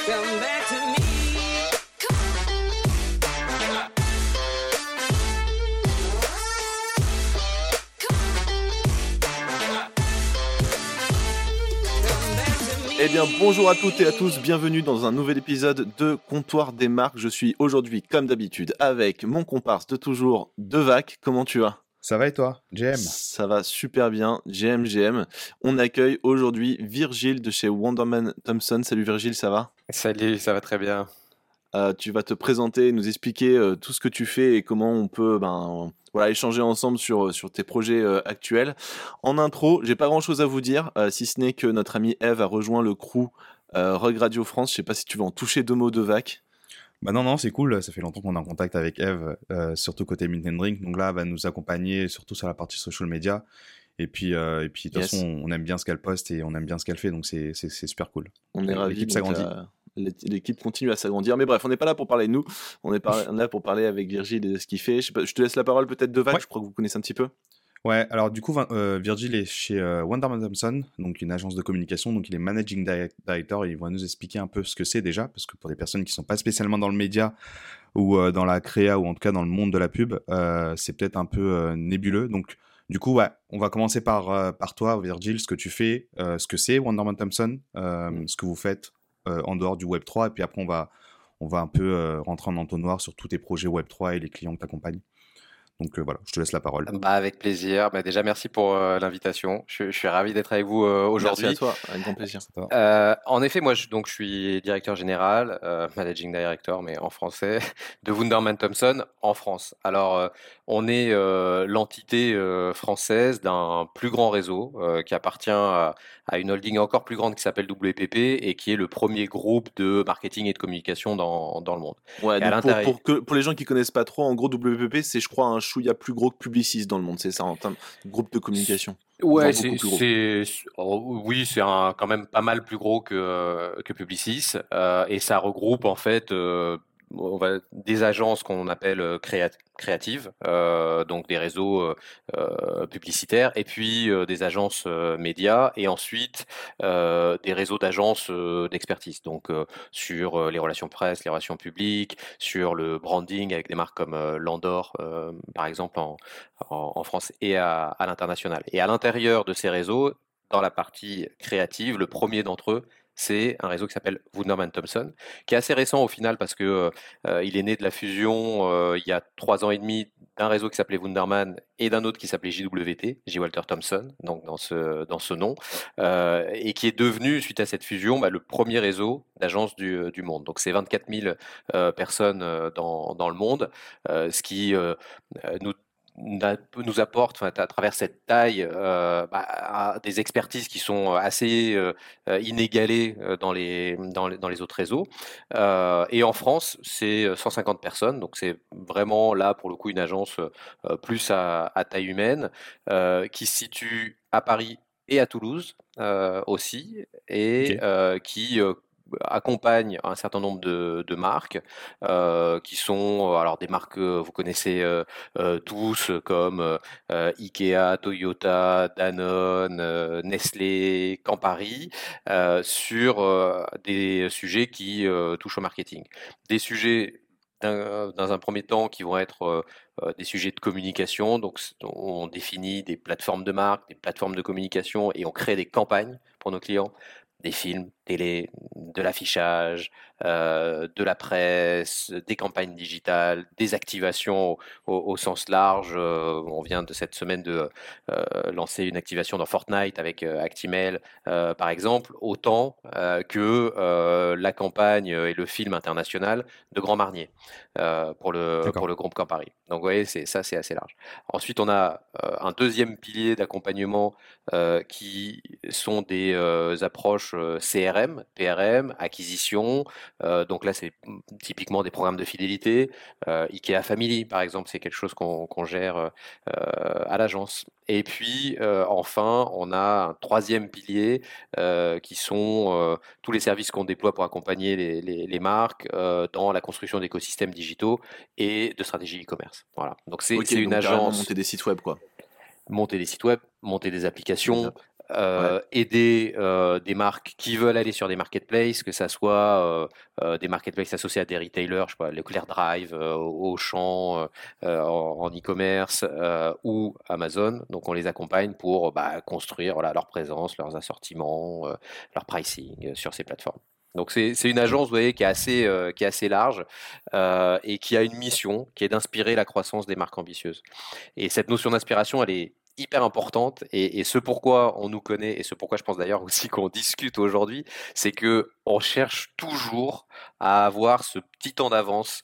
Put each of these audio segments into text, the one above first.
Come back to me. Eh bien, bonjour à toutes et à tous, bienvenue dans un nouvel épisode de Comptoir des marques. Je suis aujourd'hui, comme d'habitude, avec mon comparse de toujours, Devac. Comment tu vas ? Ça va et toi, JM ? Ça va super bien, GM. On accueille aujourd'hui Virgile de chez Wonderman Thompson. Salut Virgile, ça va ? Salut, ça va très bien. Tu vas te présenter, nous expliquer tout ce que tu fais et comment on peut échanger ensemble sur tes projets actuels. En intro, j'ai pas grand chose à vous dire, si ce n'est que notre amie Eve a rejoint le crew Rogue Radio France. Je sais pas si tu veux en toucher deux mots de Vac. Bah non, c'est cool, ça fait longtemps qu'on est en contact avec Eve, surtout côté Meet and Drink, donc là, elle va nous accompagner surtout sur la partie social media, et puis de toute façon, on aime bien ce qu'elle poste et on aime bien ce qu'elle fait, donc c'est super cool. On est ravis. L'équipe s'agrandit. L'équipe continue à s'agrandir, mais bref, on n'est pas là pour parler de nous, on est là pour parler avec Virgile et de ce qu'il fait. Je te laisse la parole peut-être de Vac, Ouais. Je crois que vous connaissez un petit peu. Ouais, alors du coup, Virgil est chez Wonderman Thompson, donc une agence de communication, donc il est managing director, et il va nous expliquer un peu ce que c'est déjà, parce que pour des personnes qui sont pas spécialement dans le média, ou dans la créa, ou en tout cas dans le monde de la pub, c'est peut-être un peu nébuleux, donc du coup, ouais, on va commencer par toi, Virgil, ce que tu fais, ce que c'est Wonderman Thompson, ce que vous faites en dehors du Web3, et puis après on va un peu rentrer en entonnoir sur tous tes projets Web3 et les clients que tu accompagnes. Donc voilà, je te laisse la parole. Avec plaisir. Déjà, merci pour l'invitation. Je suis ravi d'être avec vous aujourd'hui. Merci à toi, avec grand plaisir. En effet, moi, je suis directeur général, managing director, mais en français, de Wunderman Thompson en France. Alors, on est l'entité française d'un plus grand réseau qui appartient à une holding encore plus grande qui s'appelle WPP et qui est le premier groupe de marketing et de communication dans le monde. Ouais, donc pour les gens qui connaissent pas trop, en gros, WPP, c'est, je crois, un chouïa plus gros que Publicis dans le monde, c'est ça, en termes de groupe de communication. Ouais, Oui, c'est quand même pas mal plus gros que Publicis, et ça regroupe en fait des agences qu'on appelle créatives, donc des réseaux publicitaires, et puis des agences médias, et ensuite des réseaux d'agences d'expertise, donc sur les relations presse, les relations publiques, sur le branding avec des marques comme Landor, par exemple en France et à l'international. Et à l'intérieur de ces réseaux, dans la partie créative, le premier d'entre eux, c'est un réseau qui s'appelle Wunderman Thompson, qui est assez récent au final parce que il est né de la fusion il y a 3 ans et demi d'un réseau qui s'appelait Wunderman et d'un autre qui s'appelait JWT, J. Walter Thompson, donc dans ce nom, et qui est devenu, suite à cette fusion, le premier réseau d'agences du monde. Donc c'est 24 000 personnes dans le monde, ce qui nous apporte, à travers cette taille, des expertises qui sont assez inégalées dans les autres réseaux. Et en France, c'est 150 personnes, donc c'est vraiment là pour le coup une agence plus à taille humaine, qui se situe à Paris et à Toulouse aussi, et qui accompagne un certain nombre de marques qui sont alors des marques que vous connaissez tous, comme Ikea, Toyota, Danone, Nestlé, Campari, sur des sujets qui touchent au marketing. Des sujets dans un premier temps qui vont être des sujets de communication, donc on définit des plateformes de marque, des plateformes de communication, et on crée des campagnes pour nos clients, des films, télé, de l'affichage, de la presse, des campagnes digitales, des activations au sens large. On vient de cette semaine de lancer une activation dans Fortnite avec Actimel, par exemple, autant que la campagne et le film international de Grand Marnier pour le groupe Campari. Donc vous voyez, c'est assez large. Ensuite, on a un deuxième pilier d'accompagnement qui sont des approches CRM, PRM, acquisition. Donc là, c'est typiquement des programmes de fidélité. Ikea Family, par exemple, c'est quelque chose qu'on gère à l'agence. Et puis, enfin, on a un troisième pilier qui sont tous les services qu'on déploie pour accompagner les marques dans la construction d'écosystèmes digitaux et de stratégies e-commerce. Voilà. Donc, c'est une agence. Monter des sites web, quoi. Monter des sites web, monter des applications, aider des marques qui veulent aller sur des marketplaces, que ça soit des marketplaces associés à des retailers, je sais pas, Leclerc Drive, Auchan en e-commerce ou Amazon. Donc on les accompagne pour construire leur présence, leurs assortiments, leur pricing sur ces plateformes. Donc c'est une agence, vous voyez, qui est assez large et qui a une mission qui est d'inspirer la croissance des marques ambitieuses. Et cette notion d'inspiration, elle est hyper importante et ce pourquoi on nous connaît et ce pourquoi je pense d'ailleurs aussi qu'on discute aujourd'hui, c'est que on cherche toujours à avoir ce petit temps d'avance.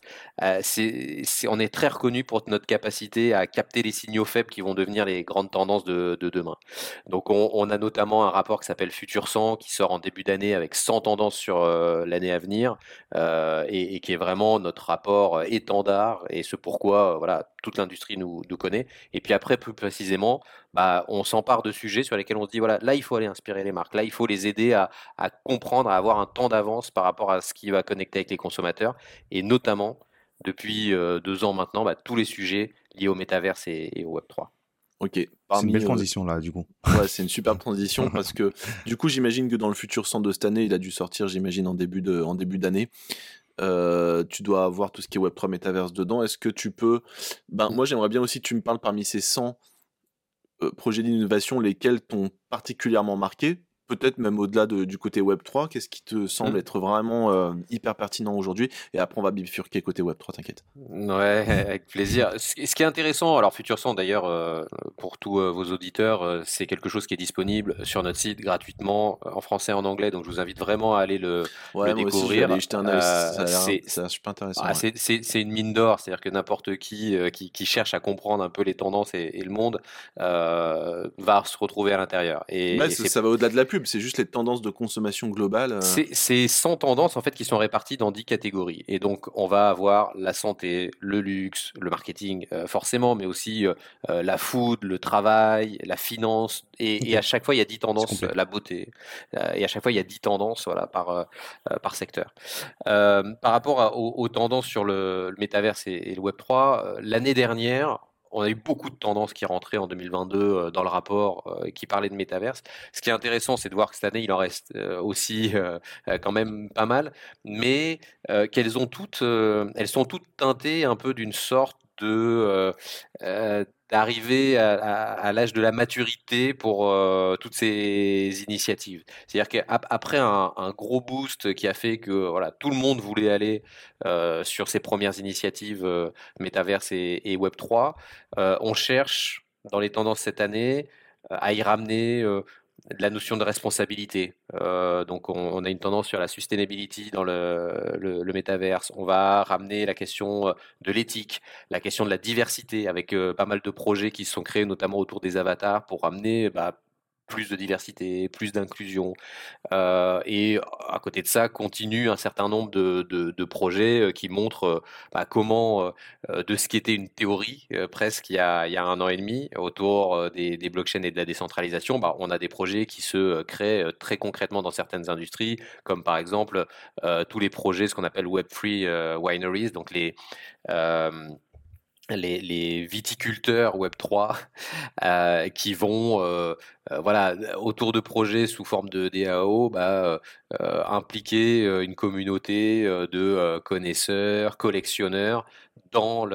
On est très reconnu pour notre capacité à capter les signaux faibles qui vont devenir les grandes tendances de demain. Donc on a notamment un rapport qui s'appelle Futur 100 qui sort en début d'année avec 100 tendances sur l'année à venir et qui est vraiment notre rapport étendard et ce pourquoi voilà toute l'industrie nous connaît. Et puis après, plus précisément, on s'empare de sujets sur lesquels on se dit, voilà, là, il faut aller inspirer les marques. Là, il faut les aider à comprendre, à avoir un temps d'avance par rapport à ce qui va connecter avec les consommateurs. Et notamment, depuis 2 ans maintenant, tous les sujets liés au métaverse et au Web3. Ok. C'est une belle transition là, du coup. Ouais, c'est une superbe transition parce que du coup, j'imagine que dans le futur 100 de cette année, il a dû sortir, j'imagine, en début d'année. Tu dois avoir tout ce qui est Web3 Metaverse dedans. Est-ce que tu peux... moi, j'aimerais bien aussi que tu me parles parmi ces 100 projets d'innovation, lesquels t'ont particulièrement marqué, peut-être même au-delà du côté Web3. Qu'est-ce qui te semble être vraiment hyper pertinent aujourd'hui? Et après, on va bifurquer côté Web3, t'inquiète. Ouais, avec plaisir. Ce qui est intéressant, alors Futur 100 d'ailleurs, pour tous vos auditeurs, c'est quelque chose qui est disponible sur notre site gratuitement, en français et en anglais, donc je vous invite vraiment à aller le Ouais, moi aussi, je vais découvrir. aller y jeter un œil. Ça a l'air super intéressant. Ouais. C'est une mine d'or, c'est-à-dire que n'importe qui cherche à comprendre un peu les tendances et le monde va se retrouver à l'intérieur. Ouais, ça va au-delà de la pub, c'est juste les tendances de consommation globale. C'est 100 tendances en fait qui sont réparties dans 10 catégories. Et donc on va avoir la santé, le luxe, le marketing forcément, mais aussi la food, le travail, la finance. Et à chaque fois il y a 10 tendances, la beauté. Et à chaque fois il y a 10 tendances voilà, par secteur. Par rapport aux tendances sur le métaverse et le Web3, l'année dernière, on a eu beaucoup de tendances qui rentraient en 2022 dans le rapport qui parlait de métaverse. Ce qui est intéressant, c'est de voir que cette année, il en reste aussi quand même pas mal, mais elles sont toutes teintées un peu d'une sorte d'arriver à l'âge de la maturité pour toutes ces initiatives. C'est-à-dire qu'après un gros boost qui a fait que voilà, tout le monde voulait aller sur ces premières initiatives Metaverse et Web3, on cherche dans les tendances cette année à y ramener de la notion de responsabilité. Donc on a une tendance sur la sustainability dans le métaverse. On va ramener la question de l'éthique, la question de la diversité avec pas mal de projets qui se sont créés notamment autour des avatars pour ramener plus de diversité, plus d'inclusion. Et à côté de ça, continue un certain nombre de projets qui montrent comment, de ce qui était une théorie presque il y a 1 an et demi, autour des blockchains et de la décentralisation, on a des projets qui se créent très concrètement dans certaines industries, comme par exemple tous les projets, ce qu'on appelle Web3 wineries, donc les viticulteurs Web3 qui vont voilà, autour de projets sous forme de DAO impliquer une communauté de connaisseurs, collectionneurs dans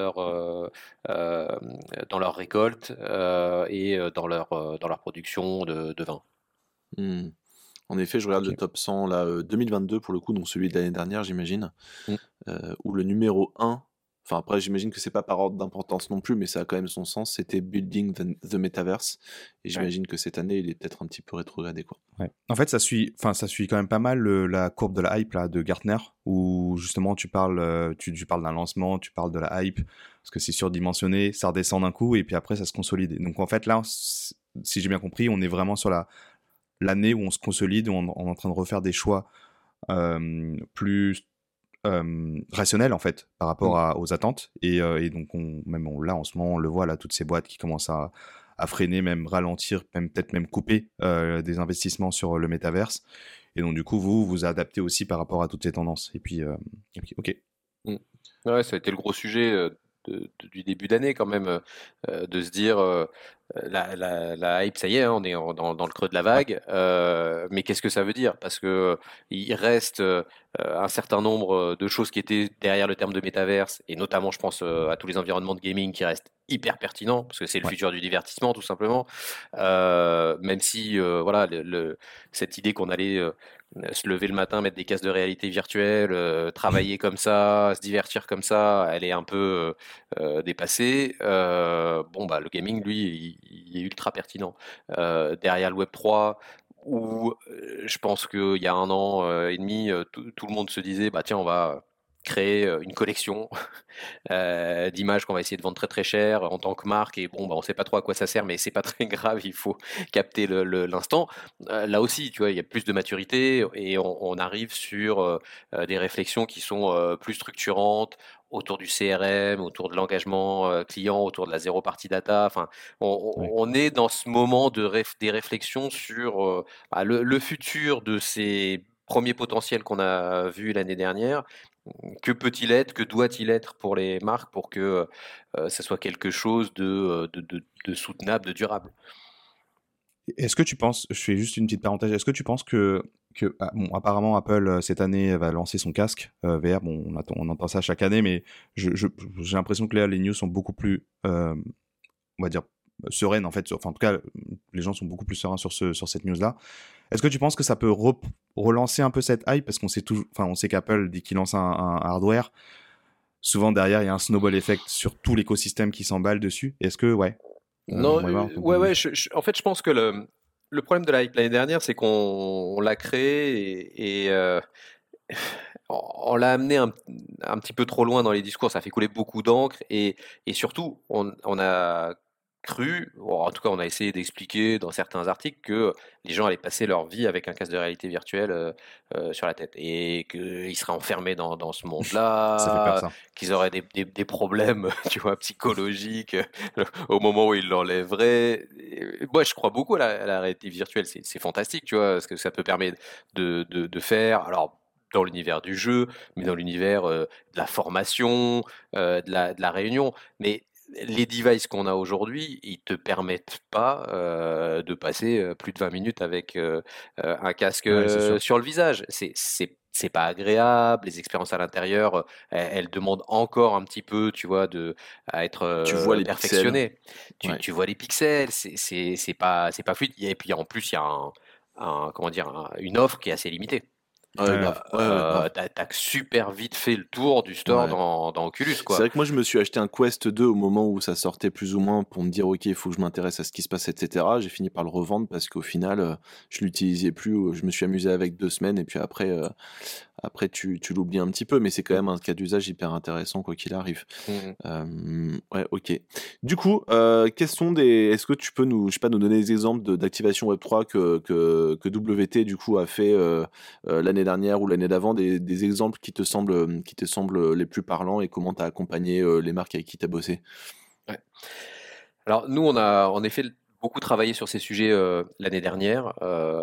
leur récolte et dans leur production de vin. En effet, je regarde le top 100 là, 2022 pour le coup, donc celui de l'année dernière, j'imagine, où le numéro 1, enfin après j'imagine que c'est pas par ordre d'importance non plus, mais ça a quand même son sens, c'était Building the Metaverse, et j'imagine que cette année il est peut-être un petit peu rétrogradé quoi. Ouais. En fait, ça suit quand même pas mal la courbe de la hype là, de Gartner, où justement tu parles d'un lancement, tu parles de la hype, parce que c'est surdimensionné, ça redescend d'un coup, et puis après ça se consolide. Donc en fait là, si j'ai bien compris, on est vraiment sur l'année où on se consolide, où on est en train de refaire des choix plus rationnels en fait par rapport aux attentes, et donc là en ce moment on le voit là, toutes ces boîtes qui commencent à freiner, même ralentir, peut-être même couper des investissements sur le métaverse, et donc du coup vous adaptez aussi par rapport à toutes ces tendances, et puis ok. Ouais, ça a été le gros sujet du début d'année quand même, de se dire la hype, ça y est, hein, on est dans le creux de la vague. Mais qu'est-ce que ça veut dire? Parce que il reste un certain nombre de choses qui étaient derrière le terme de métaverse, et notamment, je pense à tous les environnements de gaming qui restent hyper pertinents, parce que c'est le Ouais. futur du divertissement, tout simplement. Même si, voilà, cette idée qu'on allait se lever le matin, mettre des casques de réalité virtuelle, travailler comme ça, se divertir comme ça, elle est un peu dépassé. Bon, bah, le gaming, lui, il est ultra pertinent. Derrière le Web3, où je pense qu'il y a un an et demi, tout le monde se disait, bah tiens, on va créer une collection d'images qu'on va essayer de vendre très très cher en tant que marque, et bon, bah, on sait pas trop à quoi ça sert, mais c'est pas très grave, il faut capter l'instant. Là aussi, tu vois, il y a plus de maturité, et on arrive sur des réflexions qui sont plus structurantes autour du CRM, autour de l'engagement client, autour de la zéro party data. Enfin, Ouais. on est dans ce moment des réflexions sur bah, le futur de ces premiers potentiels qu'on a vus l'année dernière. Que peut-il être, que doit-il être pour les marques pour que ça soit quelque chose de soutenable, de durable? Est-ce que tu penses, je fais juste une petite parenthèse, est-ce que tu penses que bon, apparemment Apple cette année va lancer son casque VR, bon, on entend ça chaque année, mais j'ai l'impression que là, les news sont beaucoup plus, on va dire, sereines en fait, enfin en tout cas, les gens sont beaucoup plus sereins sur cette news-là. Est-ce que tu penses que ça peut relancer un peu cette hype, parce qu'on sait toujours, enfin on sait qu'Apple, dès qu'il lance un hardware, souvent derrière il y a un snowball effect sur tout l'écosystème qui s'emballe dessus. Est-ce que, ouais, Non, j'aimerais voir ton point ouais, de vue. ouais. En fait, je pense que le problème de la hype l'année dernière, c'est qu'on l'a créé et on l'a amené un petit peu trop loin dans les discours. Ça a fait couler beaucoup d'encre, et surtout, on a cru, ou en tout cas, on a essayé d'expliquer dans certains articles que les gens allaient passer leur vie avec un casque de réalité virtuelle sur la tête, et qu'ils seraient enfermés dans ce Ça fait peur, monde-là, ça. qu'ils auraient des problèmes, tu vois, psychologiques au moment où ils l'enlèveraient. Et moi, je crois beaucoup à la réalité virtuelle. C'est fantastique, tu vois, ce que ça peut permettre de faire. Alors, dans l'univers du jeu, mais dans l'univers de la formation, de la réunion. Mais les devices qu'on a aujourd'hui, ils te permettent pas de passer plus de 20 minutes avec un casque Ouais, c'est sûr. sur le visage. C'est pas agréable. Les expériences à l'intérieur, elles demandent encore un petit peu, tu vois, à être Tu vois les pixels. perfectionnées. Ouais. Tu vois les pixels, c'est pas fluide. Et puis en plus, il y a comment dire, une offre qui est assez limitée. Ouais, grave. Ouais, ouais, grave. T'as super vite fait le tour du store Ouais. dans Oculus, C'est quoi. vrai que moi, je me suis acheté un Quest 2 au moment où ça sortait plus ou moins pour me dire, OK, il faut que je m'intéresse à ce qui se passe, etc. J'ai fini par le revendre parce qu'au final, je l'utilisais plus. Je me suis amusé avec 2 semaines et puis après tu l'oublies un petit peu, mais c'est quand même un cas d'usage hyper intéressant quoi qu'il arrive. Mhm. Ouais, ok. Du coup, est-ce que tu peux nous, je sais pas, nous donner des exemples d'activation Web3 que WT du coup a fait l'année dernière ou l'année d'avant, des exemples qui te semblent les plus parlants et comment tu as accompagné les marques avec qui tu as bossé? Ouais. Alors nous, on a en effet beaucoup travaillé sur ces sujets l'année dernière,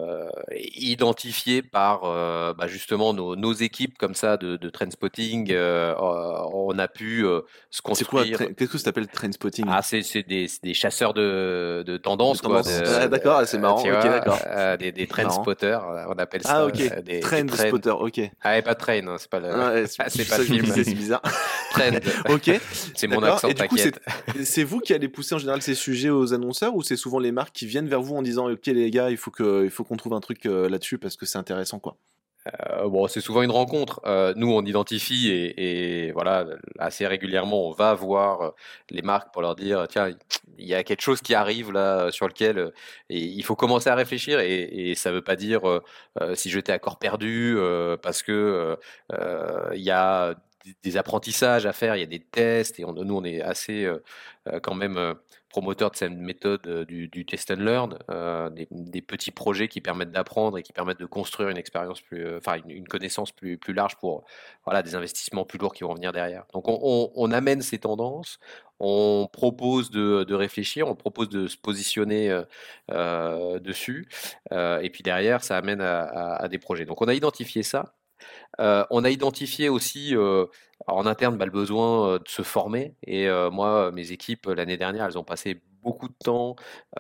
identifiés par bah, justement nos équipes comme ça de trendspotting. On a pu se C'est quoi, construire. qu'est-ce que ça s'appelle trend spotting? Ah, c'est des chasseurs de De tendances, quoi, tendance? Ah, d'accord, ah, c'est marrant, tu ok, vois, d'accord. des trend Marrant. spotters, on appelle ça, Ah, ok. des Trend trends. spotter, ok. Ah, et pas train, hein, c'est pas Ouais, c'est c'est pas ça le que je me film. disais, c'est bizarre. Trend, Ok, c'est mon d'accord. accent, Et du coup, t'inquiète. c'est vous qui allez pousser en général ces sujets aux annonceurs ou c'est souvent les marques qui viennent vers vous en disant, ok les gars, il faut qu'on trouve un truc là-dessus parce que c'est intéressant, quoi. Bon, c'est souvent une rencontre. Nous, on identifie et voilà, assez régulièrement, on va voir les marques pour leur dire, tiens, il y a quelque chose qui arrive là sur lequel et il faut commencer à réfléchir, et ça veut pas dire si jeter à corps perdu parce que il y a des apprentissages à faire, il y a des tests, et nous, on est assez quand même promoteur de cette méthode du test and learn, des petits projets qui permettent d'apprendre et qui permettent de construire une expérience enfin une connaissance plus large pour voilà, des investissements plus lourds qui vont venir derrière. Donc on amène ces tendances, on propose de réfléchir, on propose de se positionner dessus, et puis derrière ça amène à des projets. Donc on a identifié ça. On a identifié aussi en interne bah, le besoin de se former. Et moi, mes équipes, l'année dernière, elles ont passé beaucoup de temps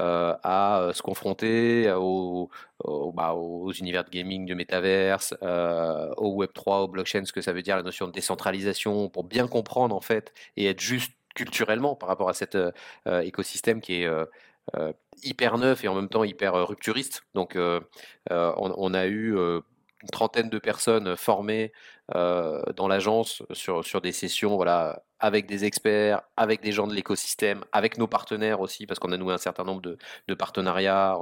à se confronter aux univers de gaming, du métaverse, au Web3, au blockchain, ce que ça veut dire, la notion de décentralisation, pour bien comprendre en fait et être juste culturellement par rapport à cet écosystème qui est hyper neuf et en même temps hyper rupturiste. Donc on a eu une trentaine de personnes formées dans l'agence sur des sessions, voilà, avec des experts, avec des gens de l'écosystème, avec nos partenaires aussi, parce qu'on a noué un certain nombre de partenariats.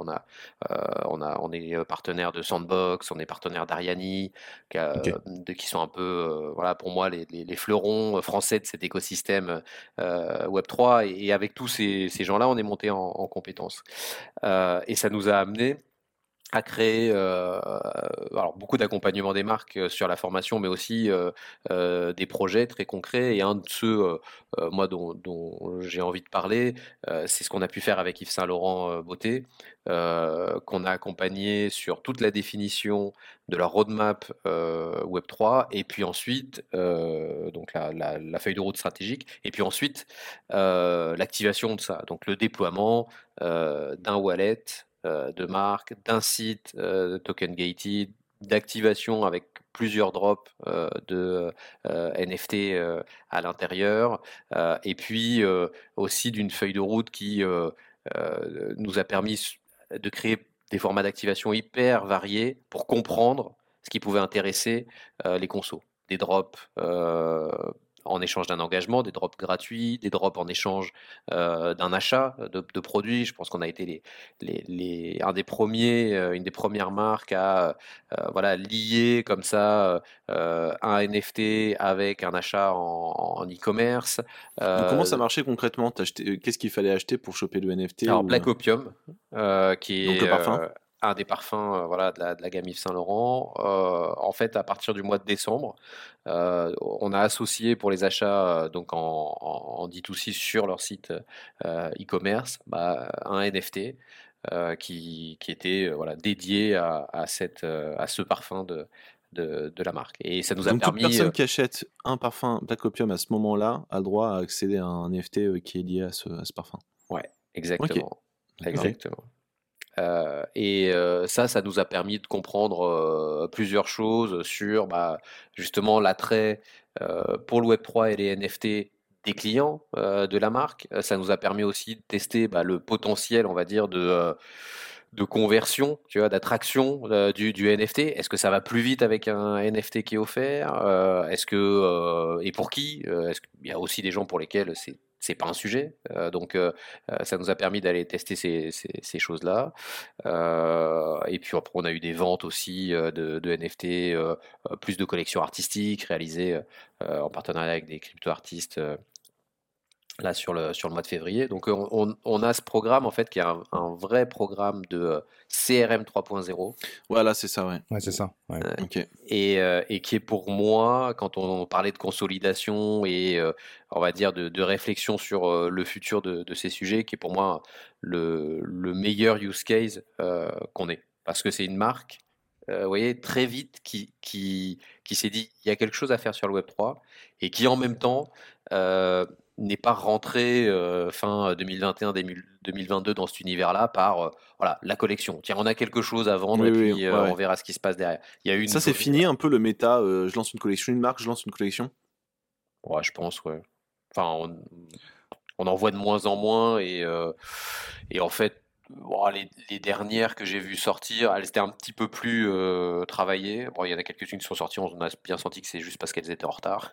On est partenaire de Sandbox, on est partenaire d'Ariani, Ok. qui sont un peu, voilà, pour moi, les fleurons français de cet écosystème Web3. Et avec tous ces gens-là, on est monté en compétences. Et ça nous a amené à créer alors beaucoup d'accompagnement des marques sur la formation, mais aussi des projets très concrets. Et un de ceux, moi, dont j'ai envie de parler, c'est ce qu'on a pu faire avec Yves Saint Laurent Beauté, qu'on a accompagné sur toute la définition de leur roadmap Web3, et puis ensuite, donc la feuille de route stratégique, et puis ensuite l'activation de ça, donc le déploiement d'un wallet de marque, d'un site token gated, d'activation avec plusieurs drops de NFT à l'intérieur, et puis aussi d'une feuille de route qui nous a permis de créer des formats d'activation hyper variés pour comprendre ce qui pouvait intéresser les consos. Des drops en échange d'un engagement, des drops gratuits, des drops en échange d'un achat de produits. Je pense qu'on a été un des premiers, une des premières marques à voilà, lier comme ça un NFT avec un achat en e-commerce. Donc comment ça Euh, marchait concrètement? Qu'est-ce qu'il fallait acheter pour choper le NFT alors ou Black Opium, qui donc est le parfum? un des parfums voilà, de la gamme Yves Saint Laurent. En fait, à partir du mois de décembre, on a associé pour les achats donc en D2C sur leur site e-commerce un NFT qui était voilà, dédié à ce parfum de la marque. Et ça nous a Donc toute permis... personne qui achète un parfum Black Opium à ce moment-là a le droit à accéder à un NFT qui est lié à ce parfum. ouais, Ok, exactement. d'accord. Ok. Exactement. Ça nous a permis de comprendre plusieurs choses sur justement l'attrait pour le Web3 et les NFT des clients de la marque. Ça nous a permis aussi de tester le potentiel, on va dire, de conversion, tu vois, d'attraction du NFT. Est-ce que ça va plus vite avec un NFT qui est offert? Et pour qui? Est-ce qu'il y a aussi des gens pour lesquels c'est pas un sujet. Ça nous a permis d'aller tester ces choses-là. Et puis après, on a eu des ventes aussi de NFT, plus de collections artistiques réalisées en partenariat avec des crypto-artistes là sur le mois de février. Donc on a ce programme en fait qui est un vrai programme de CRM 3.0 Voilà, c'est ça, ouais. Ouais, c'est ça. Ouais. Ok. et qui est pour moi, quand on parlait de consolidation et on va dire de réflexion sur le futur de ces sujets, qui est pour moi le meilleur use case qu'on ait. Parce que c'est une marque, vous voyez, très vite qui s'est dit, il y a quelque chose à faire sur le Web3 et qui en même temps n'est pas rentré fin 2021, 2022 dans cet univers-là par voilà, la collection. Tiens, on a quelque chose à vendre Oui, et oui, puis ouais, on ouais. verra ce qui se passe derrière. Il y a eu une Ça, c'est volée. fini un peu le méta. Je lance une collection, une marque, je lance une collection. Ouais, je pense, ouais. Enfin, on en voit de moins en moins et en fait, bon, les dernières que j'ai vues sortir, elles étaient un petit peu plus travaillées. Bon, il y en a quelques-unes qui sont sorties, on a bien senti que c'est juste parce qu'elles étaient en retard.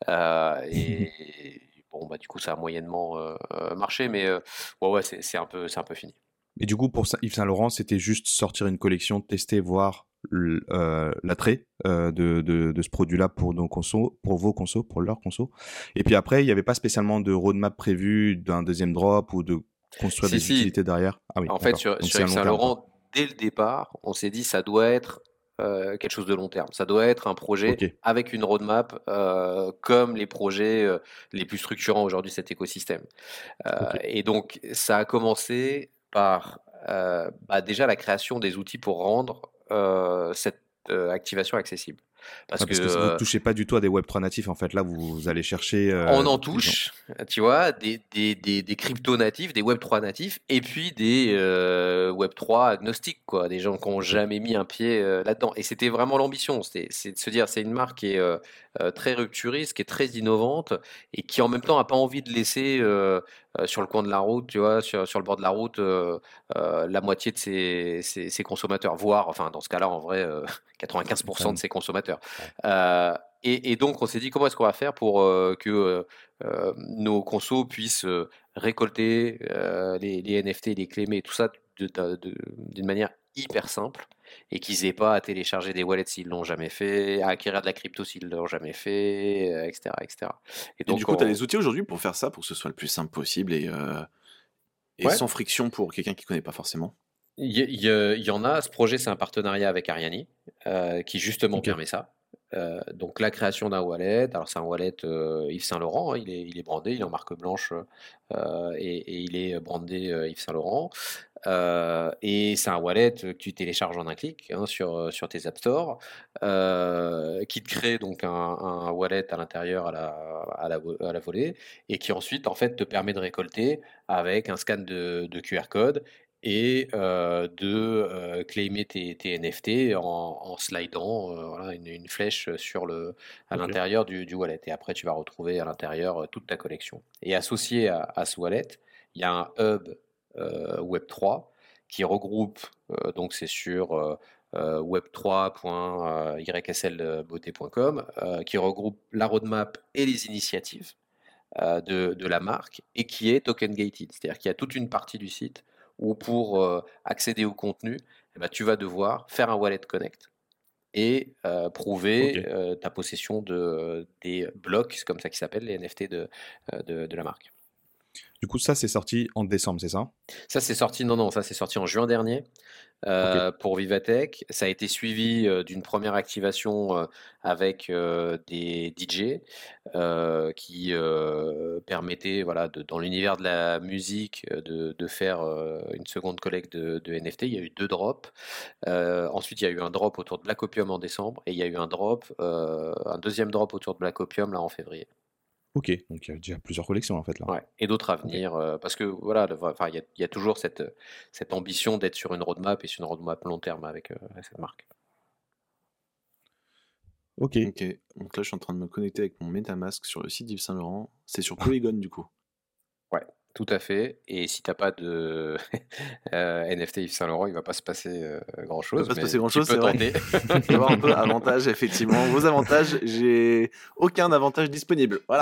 Et bon, du coup, ça a moyennement marché, mais ouais, c'est un peu fini. Et du coup, pour Yves Saint Laurent, c'était juste sortir une collection, tester, voir l'attrait de ce produit-là pour nos consos, pour vos consos, pour leurs consos. Et puis après, il n'y avait pas spécialement de roadmap prévu d'un deuxième drop ou de construire Si, des si, utilités derrière. Ah oui, en fait, d'accord. Donc sur c'est à Yves long Saint terme, quoi. Laurent, dès le départ, on s'est dit ça doit être quelque chose de long terme. Ça doit être un projet Ok, avec une roadmap comme les projets les plus structurants aujourd'hui de cet écosystème. ok, Et donc, ça a commencé par déjà la création des outils pour rendre cette activation accessible. Parce Parce que vous ne touchez pas du tout à des Web3 natifs. En fait, là, vous allez chercher. On en touche, tu vois, des crypto natifs, des Web3 natifs, et puis des Web3 agnostiques, quoi, des gens qui n'ont jamais mis un pied là-dedans. Et c'était vraiment l'ambition, c'est de se dire, c'est une marque qui est très rupturiste, qui est très innovante, et qui en même temps n'a pas envie de laisser sur le coin de la route, tu vois, sur le bord de la route, la moitié de ses consommateurs, voire, enfin, dans ce cas-là, en vrai, 95% de ses consommateurs. Et donc, on s'est dit, comment est-ce qu'on va faire pour que nos consos puissent récolter les NFT, les clés, mais tout ça d'une manière hyper simple et qu'ils n'aient pas à télécharger des wallets s'ils l'ont jamais fait, à acquérir de la crypto s'ils l'ont jamais fait, etc., etc. Et donc, du coup, tu as les outils aujourd'hui pour faire ça, pour que ce soit le plus simple possible et Ouais. sans friction pour quelqu'un qui ne connaît pas forcément. Il y en a. Ce projet, c'est un partenariat avec Ariani qui justement Ok. permet ça. Donc la création d'un wallet, alors c'est un wallet Yves Saint Laurent, hein, il est brandé, il est en marque blanche et il est brandé Yves Saint Laurent. Et c'est un wallet que tu télécharges en un clic hein, sur tes App Store, qui te crée donc un wallet à l'intérieur à la volée, et qui ensuite en fait te permet de récolter avec un scan de QR code et de claimer tes NFT en slidant voilà, une flèche à Ok. l'intérieur du wallet. Et après, tu vas retrouver à l'intérieur toute ta collection. Et associé à ce wallet, il y a un hub Web3 qui regroupe, donc c'est sur web3.yslbeauté.com, qui regroupe la roadmap et les initiatives de la marque et qui est token gated. C'est-à-dire qu'il y a toute une partie du site où pour accéder au contenu, eh ben, tu vas devoir faire un wallet connect et prouver ta possession des blocs, c'est comme ça qu'ils s'appellent, les NFT de la marque. Du coup, ça, c'est sorti en décembre, c'est ça? Ça, c'est sorti, non, ça c'est sorti en juin dernier. Pour Vivatech. Ça a été suivi d'une première activation avec des DJ qui permettaient, voilà, dans l'univers de la musique, de faire une seconde collecte de NFT. Il y a eu 2 drops. Ensuite, il y a eu un drop autour de Black Opium en décembre et il y a eu un deuxième drop autour de Black Opium là en février. Ok, donc il y a déjà plusieurs collections en fait là. Ouais, et d'autres à venir, parce que voilà, enfin, il y a toujours cette ambition d'être sur une roadmap et sur une roadmap long terme avec cette marque. Ok. Ok, donc là je suis en train de me connecter avec mon MetaMask sur le site d'Yves Saint Laurent. C'est sur Polygon du coup. Ouais, tout à fait. Et si t'as pas de NFT Yves Saint Laurent, il va pas se passer grand Il va chose, pas se mais passer grand tu chose, peux c'est vrai. tenter. Il va y avoir un peu avantage, effectivement. Vos avantages, j'ai aucun avantage disponible. Voilà.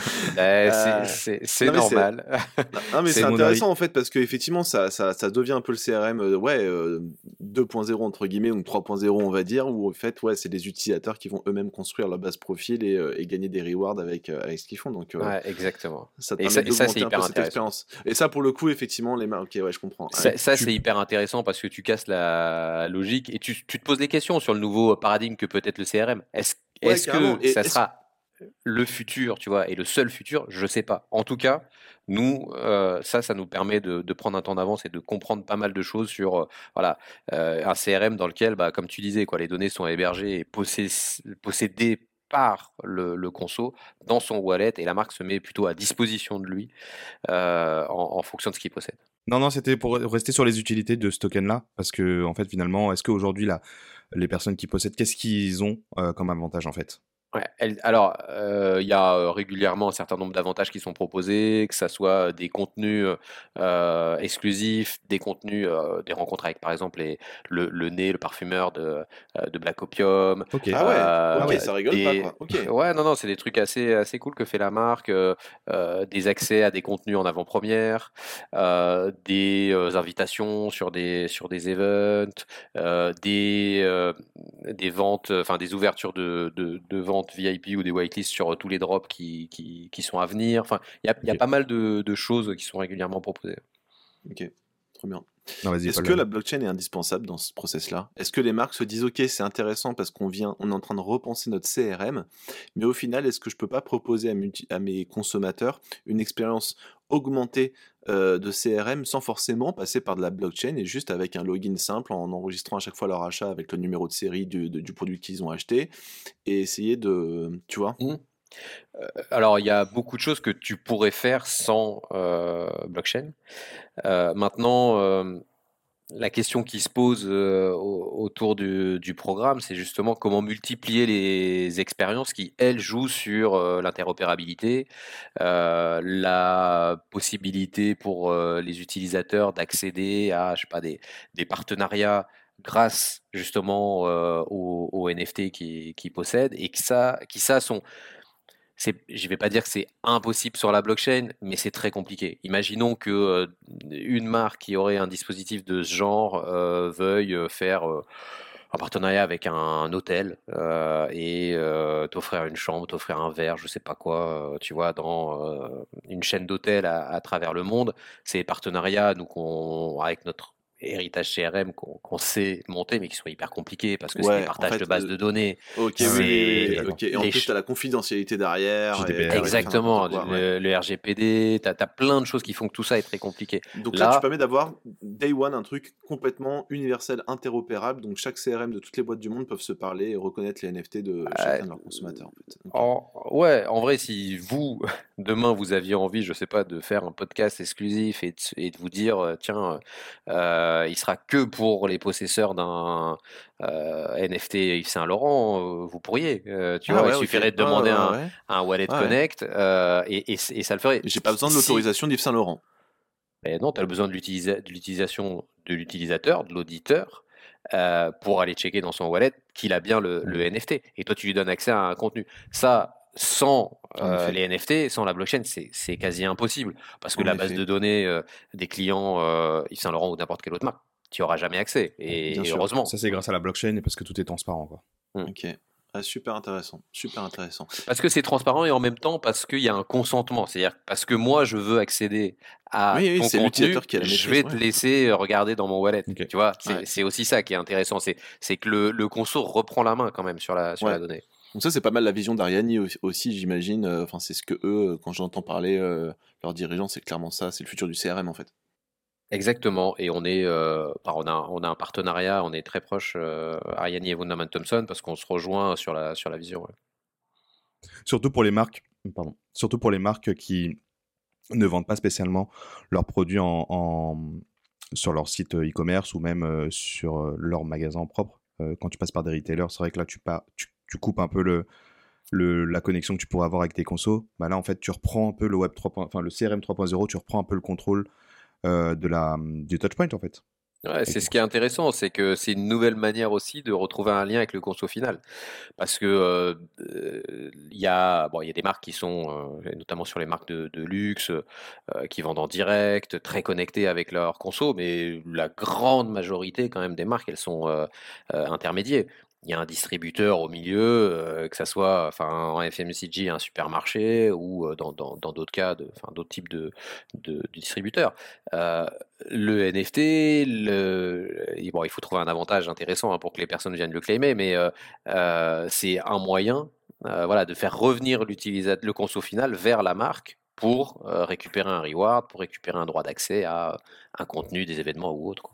C'est non, mais normal. Non, mais c'est mon intéressant en fait parce qu'effectivement ça devient un peu le CRM 2.0 entre guillemets, donc 3.0 on va dire, où en fait ouais, c'est des utilisateurs qui vont eux-mêmes construire leur base profil et gagner des rewards avec ce qu'ils font. Donc Ouais, exactement. ça te Et permet ça, c'est d'augmenter un hyper peu cette intéressant. expérience. Et ça pour le coup, effectivement, les marques. Ok, ouais, je comprends. Ça, Ouais. c'est hyper intéressant parce que tu casses la logique et tu te poses des questions sur le nouveau paradigme que peut être le CRM. Ouais, Est-ce carrément. que Et ça sera le futur, tu vois, et le seul futur? Je sais pas. En tout cas, nous, ça nous permet de prendre un temps d'avance et de comprendre pas mal de choses sur, voilà, un CRM dans lequel, bah, comme tu disais, quoi, les données sont hébergées et possédées par le conso dans son wallet et la marque se met plutôt à disposition de lui en fonction de ce qu'il possède. Non, c'était pour rester sur les utilités de ce token-là, parce que en fait, finalement, est-ce qu'aujourd'hui, là, les personnes qui possèdent, qu'est-ce qu'ils ont comme avantage en fait? Ouais, alors, il y a régulièrement un certain nombre d'avantages qui sont proposés, que ça soit des contenus exclusifs, des contenus, des rencontres avec, par exemple, le nez, le parfumeur de Black Opium, Ok. ah ouais, ok, ouais. ça rigole pas quoi. Ok. ouais, non, c'est des trucs assez cool que fait la marque, des accès à des contenus en avant-première, des invitations sur des events, des ventes, enfin des ouvertures de ventes VIP ou des whitelists sur tous les drops qui sont à venir. Enfin, il y a Ok. pas mal de choses qui sont régulièrement proposées. Ok, trop bien. Non, vas-y, Est-ce Paul. que la blockchain est indispensable dans ce process-là? Est-ce que les marques se disent, OK, c'est intéressant parce on est en train de repenser notre CRM, mais au final, est-ce que je peux pas proposer à mes consommateurs une expérience augmentée de CRM sans forcément passer par de la blockchain et juste avec un login simple en enregistrant à chaque fois leur achat avec le numéro de série du produit qu'ils ont acheté et essayer de, tu vois? Mmh. Alors, il y a beaucoup de choses que tu pourrais faire sans blockchain. Maintenant, la question qui se pose autour du programme, c'est justement comment multiplier les expériences qui, elles, jouent sur l'interopérabilité, la possibilité pour les utilisateurs d'accéder à, je sais pas, des partenariats grâce justement aux NFT qui possèdent et qui ça sont je vais pas dire que c'est impossible sur la blockchain, mais c'est très compliqué. Imaginons que une marque qui aurait un dispositif de ce genre veuille faire un partenariat avec un hôtel et t'offrir une chambre, t'offrir un verre, je sais pas quoi, tu vois, dans une chaîne d'hôtels à travers le monde. Ces partenariats, nous, avec notre héritage CRM qu'on sait monter, mais qui sont hyper compliqués parce que c'est des Ouais, en partages de fait, bases de données. OK, oui, Ah ouais, ok, oui, C'est d'accord. OK. Et en les, plus, tu as la confidentialité derrière GDPR et et tout tout. et n'importe Exactement, quoi, ouais. le RGPD, tu as plein de choses qui font que tout ça est très compliqué. Donc là, tu Là, permets d'avoir day one un truc complètement universel, interopérable. Donc chaque CRM de toutes les boîtes du monde peuvent se parler et reconnaître les NFT de euh, chacun de leurs consommateurs, en fait. Ok. ouais, en vrai, si vous, demain, vous aviez envie, je sais pas, de faire un podcast exclusif et de vous dire, tiens, il sera que pour les possesseurs d'un NFT Yves Saint-Laurent, vous pourriez, tu Ah vois, il ouais, ok. suffirait de Ouais, ouais, demander ouais, ouais. un Wallet Ouais, ouais. Connect et ça le ferait. J'ai pas besoin de Si, l'autorisation d'Yves Saint-Laurent. Ben non, tu as besoin de l'utilisation de l'utilisateur, de l'auditeur, pour aller checker dans son wallet qu'il a bien le NFT. Et toi, tu lui donnes accès à un contenu. Ça, sans En effet. les NFT, sans la blockchain, c'est quasi impossible. Parce que En la base effet. de données des clients Yves Saint Laurent ou n'importe quelle autre marque, tu n'y auras jamais accès. Bien Et sûr. heureusement. Ça, c'est grâce à la blockchain et parce que tout est transparent, quoi. Mm. Ok. Ah, super intéressant. Super intéressant. Parce que c'est transparent et en même temps parce qu'il y a un consentement. C'est-à-dire parce que moi, je veux accéder à Oui, oui, ton c'est contenu, l'utilisateur qui a la je maîtrise. vais te Ouais. laisser regarder dans mon wallet. Ok. Tu vois, Ouais. c'est aussi ça qui est intéressant. C'est que le conso reprend la main quand même sur la Ouais. donnée. Donc ça, c'est pas mal la vision d'Ariani aussi, j'imagine. Enfin, c'est ce que eux, quand j'entends parler leurs dirigeants, c'est clairement ça. C'est le futur du CRM, en fait. Exactement. Et on a un partenariat, on est très proche, Ariani et Wunderman Thompson, parce qu'on se rejoint sur la vision. Ouais. Surtout pour les marques, pardon. Surtout pour les marques qui ne vendent pas spécialement leurs produits sur leur site e-commerce ou même sur leur magasin propre. Quand tu passes par des retailers, c'est vrai que là, tu coupes un peu la connexion que tu pourrais avoir avec tes consos. Bah là, en fait, tu reprends un peu le Web 3. Enfin, le CRM 3.0, tu reprends un peu le contrôle du touchpoint, en fait. Ouais, Avec c'est tes ce qui est consos. intéressant, c'est que c'est une nouvelle manière aussi de retrouver un lien avec le conso final. Parce que il y a des marques qui sont, notamment sur les marques de luxe, qui vendent en direct, très connectées avec leurs conso, mais la grande majorité quand même des marques, elles sont intermédiaires. Il y a un distributeur au milieu, que ça soit enfin, en FMCG, un supermarché ou dans d'autres cas, enfin, d'autres types de distributeurs. Euh, le NFT, bon, il faut trouver un avantage intéressant pour que les personnes viennent le claimer, mais c'est un moyen voilà, de faire revenir le conso final vers la marque pour récupérer un reward, pour récupérer un droit d'accès à un contenu, des événements ou autre. Quoi.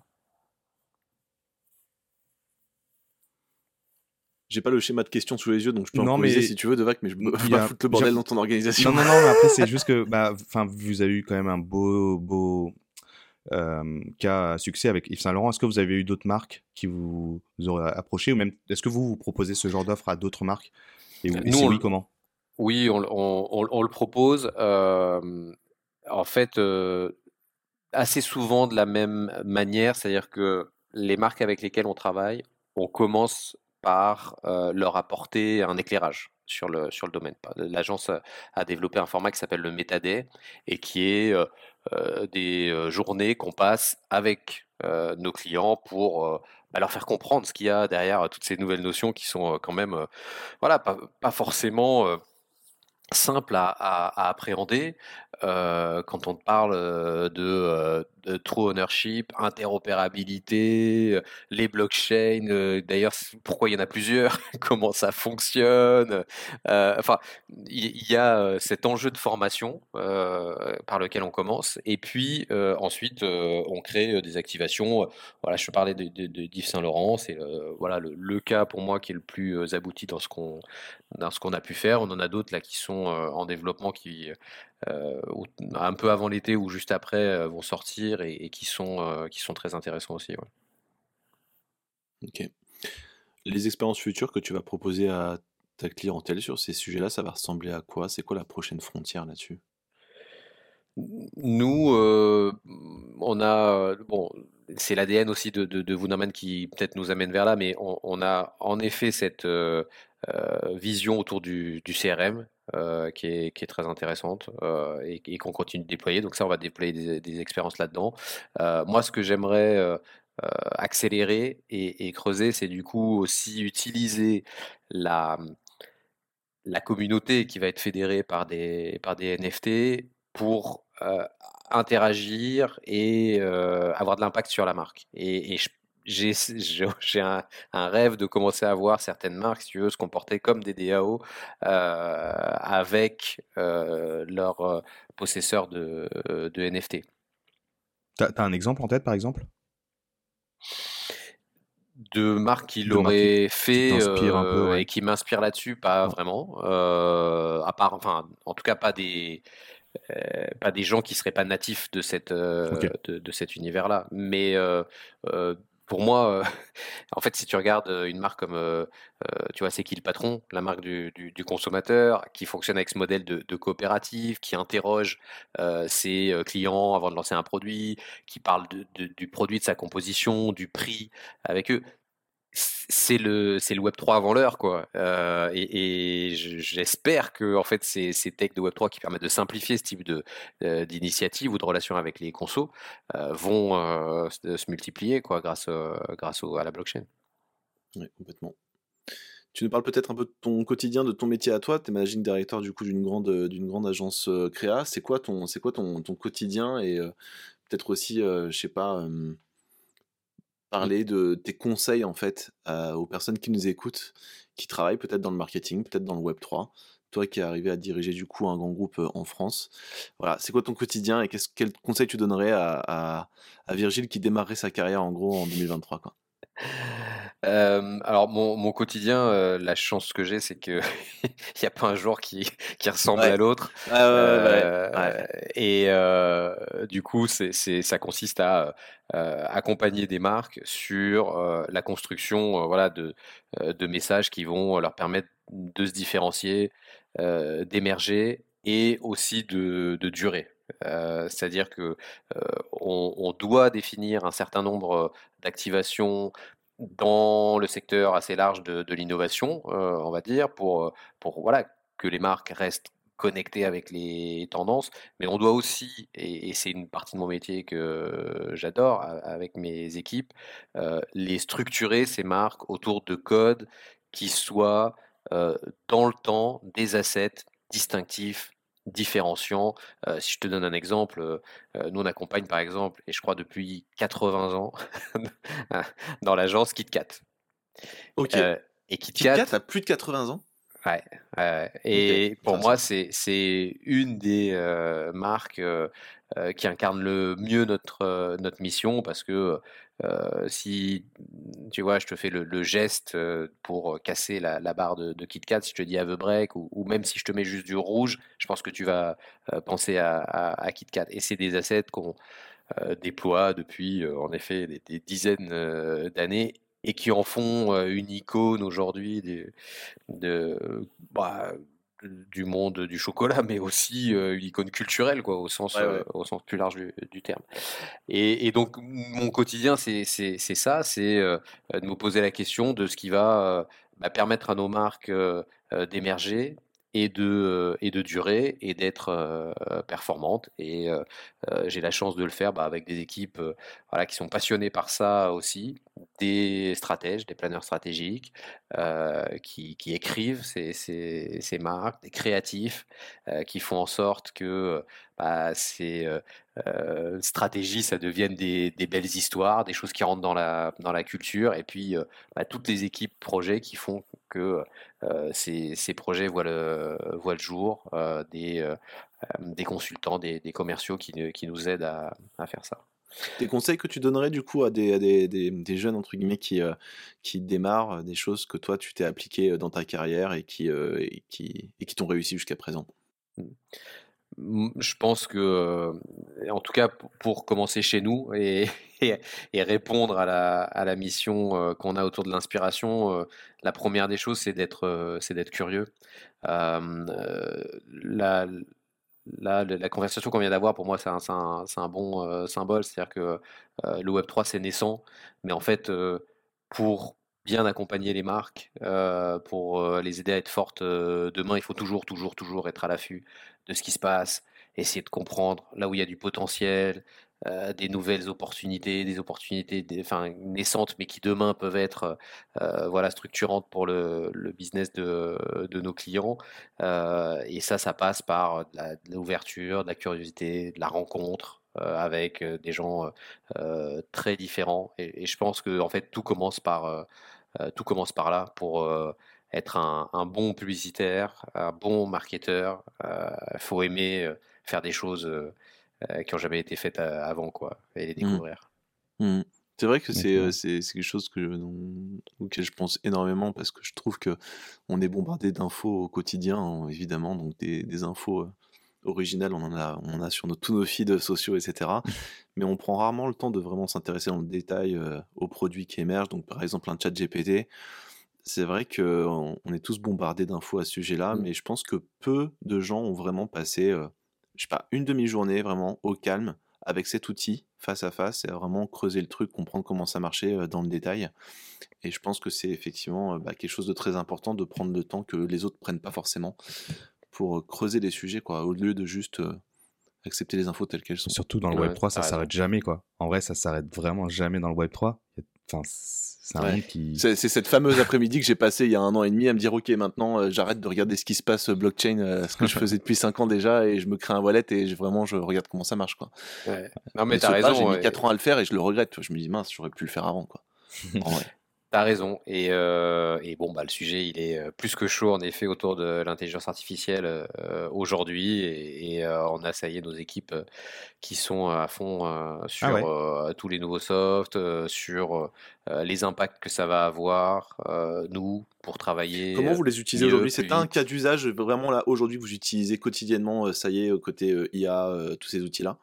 J'ai pas le schéma de questions sous les yeux, donc je peux Non, improviser mais si tu veux, Devac, mais je il veux y pas a... foutre le bordel dans ton organisation. Non, non, non, mais après, c'est juste que, vous avez eu quand même un beau cas à succès avec Yves Saint Laurent. Est-ce que vous avez eu d'autres marques qui vous auraient approché ou même est-ce que vous proposez ce genre d'offre à d'autres marques et Nous, si oui, comment? oui, on le propose. En fait, assez souvent de la même manière, c'est-à-dire que les marques avec lesquelles on travaille, on commence par leur apporter un éclairage sur le domaine. L'agence a développé un format qui s'appelle le Metaday et qui est des journées qu'on passe avec nos clients pour leur faire comprendre ce qu'il y a derrière toutes ces nouvelles notions qui sont quand même voilà, pas forcément simple à appréhender quand on te parle de true ownership, interopérabilité, les blockchains. D'ailleurs, pourquoi il y en a plusieurs, comment ça fonctionne. Enfin, il y a cet enjeu de formation par lequel on commence, et puis ensuite on crée des activations. Voilà, je te parlais d'Yves Saint-Laurent, c'est voilà le cas pour moi qui est le plus abouti dans ce qu'on a pu faire. On en a d'autres là qui sont en développement, un peu avant l'été ou juste après vont sortir et qui sont très intéressants aussi. Ouais. Ok. Les expériences futures que tu vas proposer à ta clientèle sur ces sujets-là, ça va ressembler à quoi? C'est quoi la prochaine frontière là-dessus? Nous, on a, bon, c'est l'ADN aussi de Wunderman qui peut-être nous amène vers là, mais on a en effet cette vision autour du CRM qui est très intéressante et qu'on continue de déployer. Donc ça, on va déployer des expériences là-dedans. Moi, ce que j'aimerais accélérer et creuser, c'est du coup aussi utiliser la, la communauté qui va être fédérée par des NFT pour interagir et avoir de l'impact sur la marque. J'ai un rêve de commencer à voir certaines marques, si tu veux, se comporter comme des DAO avec leurs possesseurs de NFT. T'as un exemple en tête, par exemple? De marques qui De marque l'auraient qui fait t'inspire un peu, ouais. et qui m'inspirent là-dessus, pas Ouais. vraiment. À part, enfin, en tout cas, pas des gens qui seraient pas natifs Ok. de cet univers-là. Mais pour moi, en fait, si tu regardes une marque comme, tu vois, c'est qui le patron, la marque du consommateur, qui fonctionne avec ce modèle de coopérative, qui interroge ses clients avant de lancer un produit, qui parle du produit, de sa composition, du prix avec eux. C'est le Web3 avant l'heure, quoi. Et j'espère que en fait ces techs de Web3 qui permettent de simplifier ce type d'initiative ou de relation avec les consos vont se multiplier, quoi, à la blockchain. Ouais, complètement. Tu nous parles peut-être un peu de ton quotidien, de ton métier à toi. Tu es managing director du coup d'une grande agence créa. C'est quoi ton quotidien et peut-être aussi, je sais pas, Mm. parler de tes conseils en fait aux personnes qui nous écoutent, qui travaillent peut-être dans le marketing, peut-être dans le Web3. Toi qui es arrivé à diriger du coup un grand groupe en France. Voilà, c'est quoi ton quotidien et quel conseil tu donnerais à Virgile qui démarrerait sa carrière en gros en 2023 quoi. Alors mon quotidien, la chance que j'ai, c'est que il y a pas un jour qui ressemble Ouais, à l'autre. ouais, ouais, ouais, ouais. Et du coup, ça consiste à accompagner des marques sur la construction, voilà, de messages qui vont leur permettre de se différencier, d'émerger et aussi de durer. C'est-à-dire que on doit définir un certain nombre d'activations dans le secteur assez large de l'innovation, on va dire, pour voilà, que les marques restent connectées avec les tendances, mais on doit aussi, et c'est une partie de mon métier que j'adore avec mes équipes, les structurer, ces marques, autour de codes qui soient dans le temps des assets distinctifs, différenciants. Si je te donne un exemple, nous on accompagne par exemple, et je crois depuis 80 ans, dans l'agence KitKat. Ok. Et KitKat, KitKat a plus de 80 ans. ouais, Ok, et pour moi, intéressant. c'est une des marques qui incarne le mieux notre mission parce que si tu vois, je te fais le geste pour casser la barre de KitKat, si je te dis Have a Break ou même si je te mets juste du rouge, je pense que tu vas penser à KitKat. Et c'est des assets qu'on déploie depuis en effet des dizaines d'années et qui en font une icône aujourd'hui de, bah, du monde du chocolat, mais aussi une icône culturelle, quoi, Ouais, ouais. au sens plus large du terme. Et donc, mon quotidien, c'est ça, c'est de me poser la question de ce qui va permettre à nos marques d'émerger et de durer et d'être performante. Et j'ai la chance de le faire avec des équipes voilà, qui sont passionnées par ça aussi, des stratèges, des planeurs stratégiques qui écrivent ces marques, des créatifs qui font en sorte que ces stratégies, ça devienne des belles histoires, des choses qui rentrent dans la culture, et puis toutes les équipes projets qui font que ces projets voient le jour, des consultants, des commerciaux qui nous aident à faire ça. Des conseils que tu donnerais du coup à des jeunes entre guillemets qui démarrent, des choses que toi tu t'es appliqué dans ta carrière et qui t'ont réussi jusqu'à présent? Je pense que, en tout cas, pour commencer chez nous et répondre à la mission qu'on a autour de l'inspiration, la première des choses, c'est d'être curieux. La, la conversation qu'on vient d'avoir, pour moi, c'est un bon symbole. C'est-à-dire que le Web3, c'est naissant, mais en fait, pour bien accompagner les marques, pour les aider à être fortes demain, il faut toujours être à l'affût de ce qui se passe, essayer de comprendre là où il y a du potentiel, des nouvelles opportunités, des opportunités enfin, naissantes, mais qui demain peuvent être voilà, structurantes pour le business de nos clients. Et ça passe par de l'ouverture, de la curiosité, de la rencontre avec des gens très différents. Et je pense que en fait tout commence par là pour être un bon publicitaire, un bon marketeur. Il faut aimer faire des choses qui n'ont jamais été faites avant, quoi, et les Mmh. découvrir. Mmh. C'est vrai que Effectivement. c'est quelque chose auquel je pense énormément parce que je trouve que on est bombardé d'infos au quotidien, hein, évidemment, donc des infos originales, on en a sur tous nos feeds sociaux, etc. Mais on prend rarement le temps de vraiment s'intéresser dans le détail aux produits qui émergent. Donc, par exemple, un chat GPT, c'est vrai qu'on est tous bombardés d'infos à ce sujet-là, Mm. mais je pense que peu de gens ont vraiment passé, je sais pas, une demi-journée vraiment au calme avec cet outil face à face et à vraiment creuser le truc, comprendre comment ça marchait dans le détail. Et je pense que c'est effectivement quelque chose de très important de prendre le temps que les autres prennent pas forcément pour creuser les sujets, quoi, au lieu de juste accepter les infos telles qu'elles sont. Surtout dans le Ouais, Web3, ça t'as raison. s'arrête jamais, quoi. En vrai, ça s'arrête vraiment jamais dans le Web3. Enfin, c'est un Ouais. monde qui... C'est cette fameuse après-midi que j'ai passé il y a 1 an et demi à me dire ok, maintenant j'arrête de regarder ce qui se passe blockchain, ce que je faisais depuis 5 ans déjà, et je me crée un wallet et je regarde comment ça marche, quoi. Ouais. Non, mais Et t'as ce pas, j'ai raison. mis 4 ans à le faire et je le regrette, tu vois. Je me dis mince, j'aurais pu le faire avant, quoi. En vrai. T'as raison. Et bon, le sujet, il est plus que chaud, en effet, autour de l'intelligence artificielle aujourd'hui. On a, ça y est, nos équipes qui sont à fond Ah sur ouais. tous les nouveaux softs, sur les impacts que ça va avoir, nous, pour travailler Comment vous les utilisez mieux, aujourd'hui? plus C'est un cas vite. d'usage vraiment là aujourd'hui que vous utilisez quotidiennement, ça y est, côté IA, tous ces outils-là?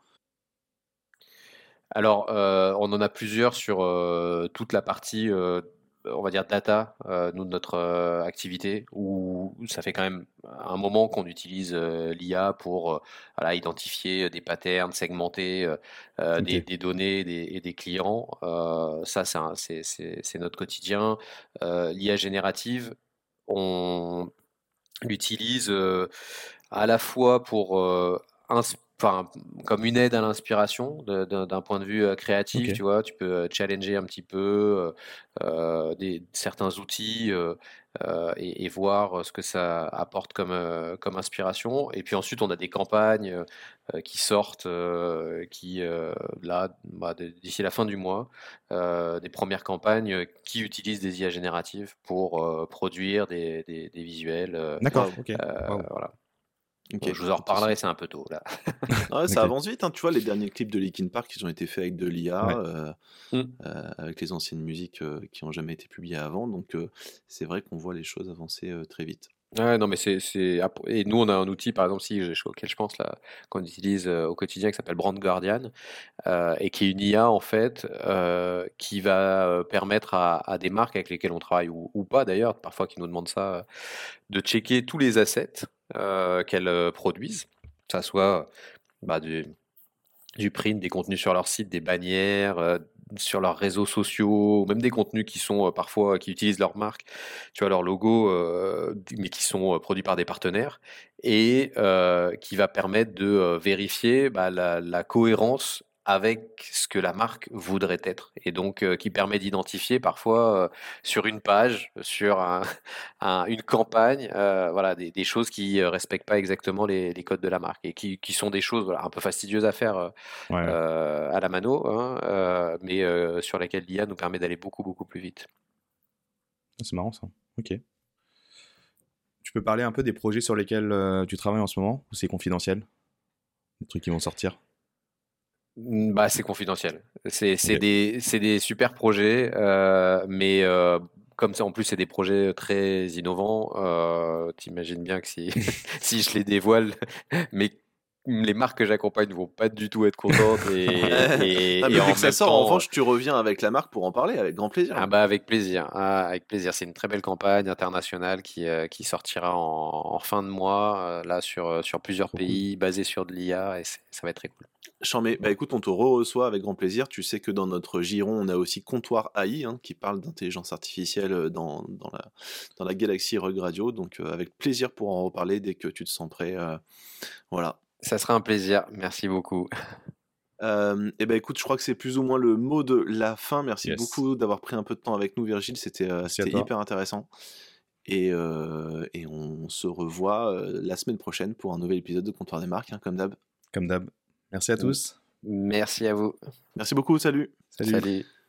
Alors, on en a plusieurs sur toute la partie, on va dire data, nous de notre activité, où ça fait quand même un moment qu'on utilise l'IA pour voilà, identifier des patterns, segmenter Ok. des données et des clients. Ça, c'est notre quotidien. L'IA générative, on l'utilise à la fois pour enfin, comme une aide à l'inspiration d'un point de vue créatif, Ok. tu vois, tu peux challenger un petit peu certains outils et voir ce que ça apporte comme inspiration. Et puis ensuite, on a des campagnes qui sortent, là, d'ici la fin du mois, des premières campagnes qui utilisent des IA génératives pour produire des visuels. D'accord. Waouh, Ok. Waouh. Voilà. ok, Je vous en reparlerai, intéressant. c'est un peu tôt là. Ouais, ça Ok. avance vite, hein, tu vois, les derniers clips de Linkin Park, ils ont été faits avec de l'IA, Ouais. Mm. avec les anciennes musiques qui n'ont jamais été publiées avant, donc c'est vrai qu'on voit les choses avancer très vite. Ouais, non, mais et nous, on a un outil, par exemple, auquel je pense là, qu'on utilise au quotidien, qui s'appelle Brand Guardian, et qui est une IA en fait, qui va permettre à des marques avec lesquelles on travaille ou pas d'ailleurs, parfois qui nous demandent ça, de checker tous les assets qu'elles produisent, que ça soit bah, du print, des contenus sur leur site, des bannières, sur leurs réseaux sociaux, même des contenus qui sont parfois qui utilisent leur marque, tu vois, leur logo, mais qui sont produits par des partenaires et qui va permettre de vérifier la cohérence avec ce que la marque voudrait être et donc qui permet d'identifier parfois sur une page, sur une campagne, voilà, des choses qui respectent pas exactement les codes de la marque et qui sont des choses voilà, un peu fastidieuses à faire Ouais. à la mano, hein, mais sur laquelle l'IA nous permet d'aller beaucoup beaucoup plus vite. C'est marrant ça. Ok. Tu peux parler un peu des projets sur lesquels tu travailles en ce moment ou c'est confidentiel? Des trucs qui vont sortir? Bah, c'est confidentiel. C'est Ok. des super projets, mais comme ça, en plus, c'est des projets très innovants. T'imagines bien que si, si je les dévoile, mais les marques que j'accompagne ne vont pas du tout être contentes Ah, mais et dès en que ça même sort, en temps, revanche, tu reviens avec la marque pour en parler, avec grand plaisir. ah bah avec plaisir, avec plaisir. C'est une très belle campagne internationale qui sortira en fin de mois, là sur plusieurs Trop cool. pays, basée sur de l'IA, et ça va être très cool. Chambé, bah écoute, on te re-reçoit avec grand plaisir. Tu sais que dans notre giron, on a aussi Comptoir AI, hein, qui parle d'intelligence artificielle dans la galaxie Rug Radio. Donc avec plaisir pour en reparler dès que tu te sens prêt. Voilà. Ça sera un plaisir. Merci beaucoup. Et ben écoute, je crois que c'est plus ou moins le mot de la fin. Merci Yes. beaucoup d'avoir pris un peu de temps avec nous, Virgile. C'était Merci à c'était toi. hyper intéressant. Et on se revoit la semaine prochaine pour un nouvel épisode de Comptoir des marques, hein, comme d'hab. Comme d'hab. Merci à tous. Merci à vous. Merci beaucoup, salut. Salut. Salut.